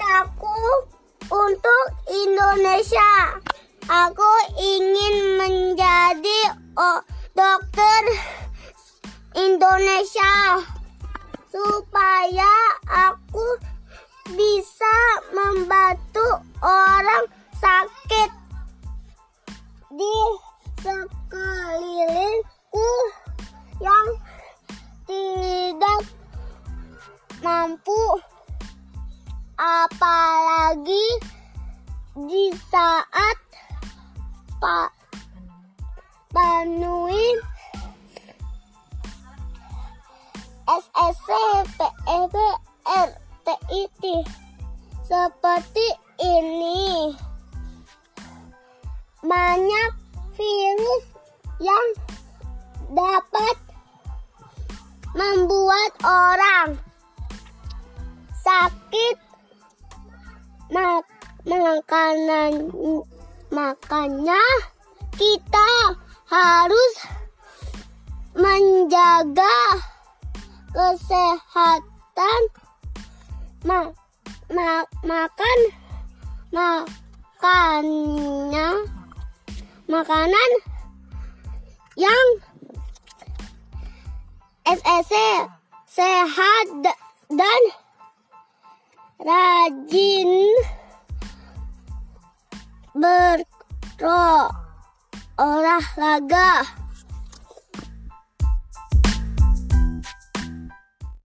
cita-citaku untuk Indonesia. Aku ingin menjadi dokter Indonesia supaya aku bisa membantu orang sakit di sekelilingku yang tidak mampu, apalagi di saat pandemi SSC, PEB, RTIT seperti ini. Banyak virus yang dapat membuat orang sakit. Makanya kita harus menjaga kesehatan, makanan yang SSC, sehat dan rajin berolahraga.